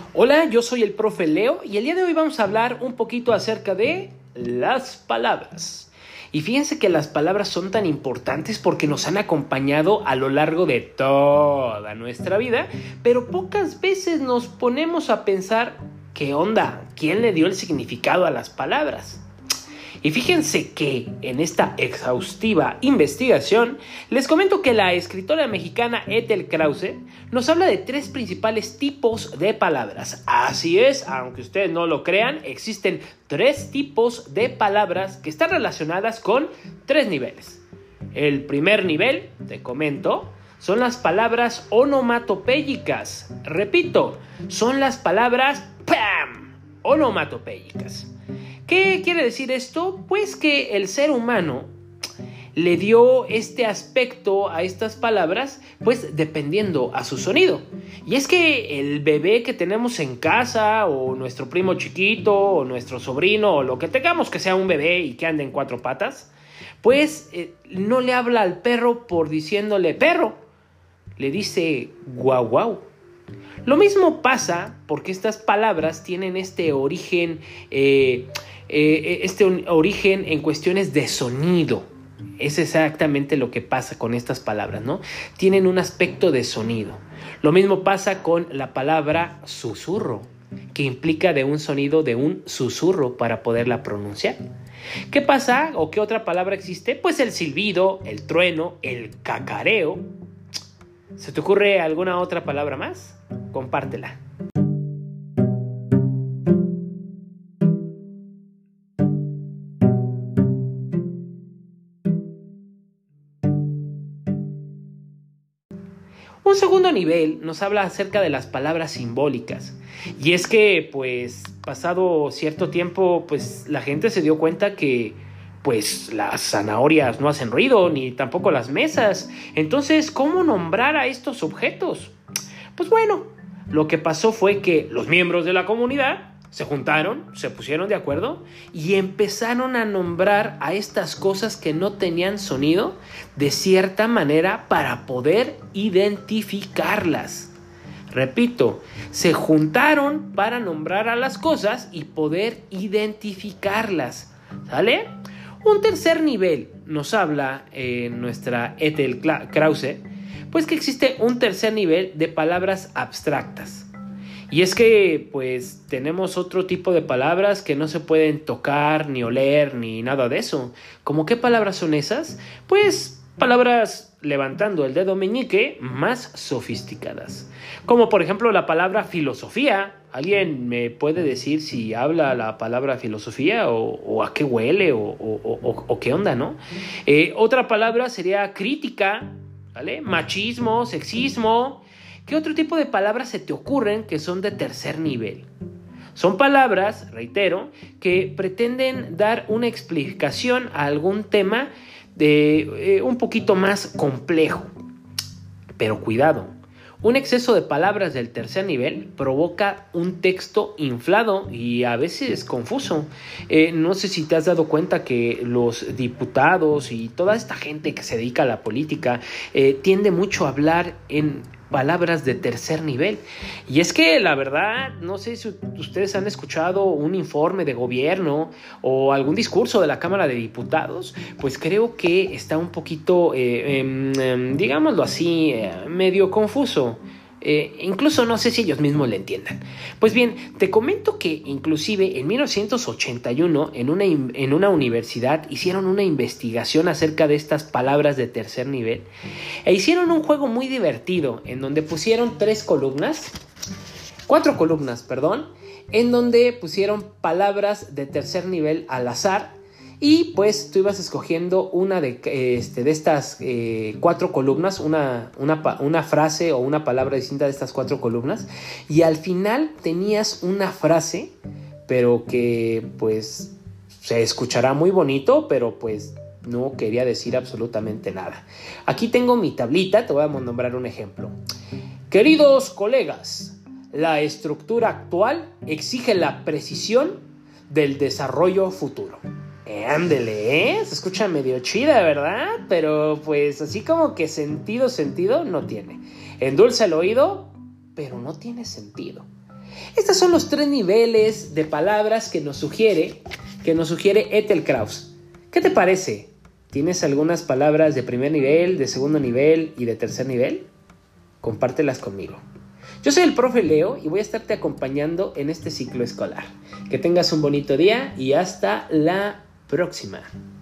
Hola, yo soy el profe Leo y el día de hoy vamos a hablar un poquito acerca de las palabras. Y fíjense que las palabras son tan importantes porque nos han acompañado a lo largo de toda nuestra vida, pero pocas veces nos ponemos a pensar, ¿qué onda? ¿Quién le dio el significado a las palabras? Y fíjense que en esta exhaustiva investigación les comento que la escritora mexicana Ethel Krause nos habla de 3 principales tipos de palabras. Así es, aunque ustedes no lo crean, existen 3 tipos de palabras que están relacionadas con 3 niveles. El primer nivel, te comento, son las palabras onomatopéyicas. Repito, son las palabras ¡pam! Onomatopéyicas. ¿Qué quiere decir esto? Pues que el ser humano le dio este aspecto a estas palabras, pues dependiendo a su sonido. Y es que el bebé que tenemos en casa, o nuestro primo chiquito, o nuestro sobrino, o lo que tengamos que sea un bebé y que ande en 4 patas, pues no le habla al perro por diciéndole perro, le dice guau guau. Lo mismo pasa porque estas palabras tienen este origen en cuestiones de sonido. Es exactamente lo que pasa con estas palabras, ¿no? Tienen un aspecto de sonido. Lo mismo pasa con la palabra susurro, que implica de un sonido de un susurro para poderla pronunciar. ¿Qué pasa o qué otra palabra existe? Pues el silbido, el trueno, el cacareo. ¿Se te ocurre alguna otra palabra más? Compártela. Un segundo nivel nos habla acerca de las palabras simbólicas. Y es que, pues, pasado cierto tiempo, pues, la gente se dio cuenta que, pues, las zanahorias no hacen ruido, ni tampoco las mesas. Entonces, ¿cómo nombrar a estos objetos? Pues bueno, lo que pasó fue que los miembros de la comunidad se juntaron, se pusieron de acuerdo y empezaron a nombrar a estas cosas que no tenían sonido de cierta manera para poder identificarlas. Repito, se juntaron para nombrar a las cosas y poder identificarlas. ¿Sale? Un tercer nivel nos habla nuestra Ethel Krause, pues que existe un tercer nivel de palabras abstractas. Y es que, pues, tenemos otro tipo de palabras que no se pueden tocar, ni oler, ni nada de eso. ¿Cómo qué palabras son esas? Pues, palabras levantando el dedo meñique más sofisticadas. Como, por ejemplo, la palabra filosofía. ¿Alguien me puede decir si habla la palabra filosofía o a qué huele o qué onda, no? Otra palabra sería crítica, ¿vale? Machismo, sexismo. ¿Qué otro tipo de palabras se te ocurren que son de tercer nivel? Son palabras, reitero, que pretenden dar una explicación a algún tema de un poquito más complejo. Pero cuidado, un exceso de palabras del tercer nivel provoca un texto inflado y a veces confuso. No sé si te has dado cuenta que los diputados y toda esta gente que se dedica a la política tiende mucho a hablar en palabras de tercer nivel. Y es que la verdad, no sé si ustedes han escuchado un informe de gobierno o algún discurso de la Cámara de Diputados, pues creo que está un poquito, digámoslo así, medio confuso. Incluso no sé si ellos mismos le entiendan. Pues bien, te comento que inclusive en 1981 en una universidad hicieron una investigación acerca de estas palabras de tercer nivel e hicieron un juego muy divertido en donde pusieron 4 columnas, en donde pusieron palabras de tercer nivel al azar. Y pues tú ibas escogiendo una de estas 4 columnas, una frase o una palabra distinta de estas 4 columnas. Y al final tenías una frase, pero que pues se escuchará muy bonito, pero pues no quería decir absolutamente nada. Aquí tengo mi tablita, te voy a nombrar un ejemplo. Queridos colegas, la estructura actual exige la precisión del desarrollo futuro. Ándele, se escucha medio chida, ¿verdad? Pero pues así como que sentido no tiene. Endulza el oído, pero no tiene sentido. Estos son los 3 niveles de palabras que nos sugiere Ethel Kraus. ¿Qué te parece? ¿Tienes algunas palabras de primer nivel, de segundo nivel y de tercer nivel? Compártelas conmigo. Yo soy el profe Leo y voy a estarte acompañando en este ciclo escolar. Que tengas un bonito día y hasta la próxima.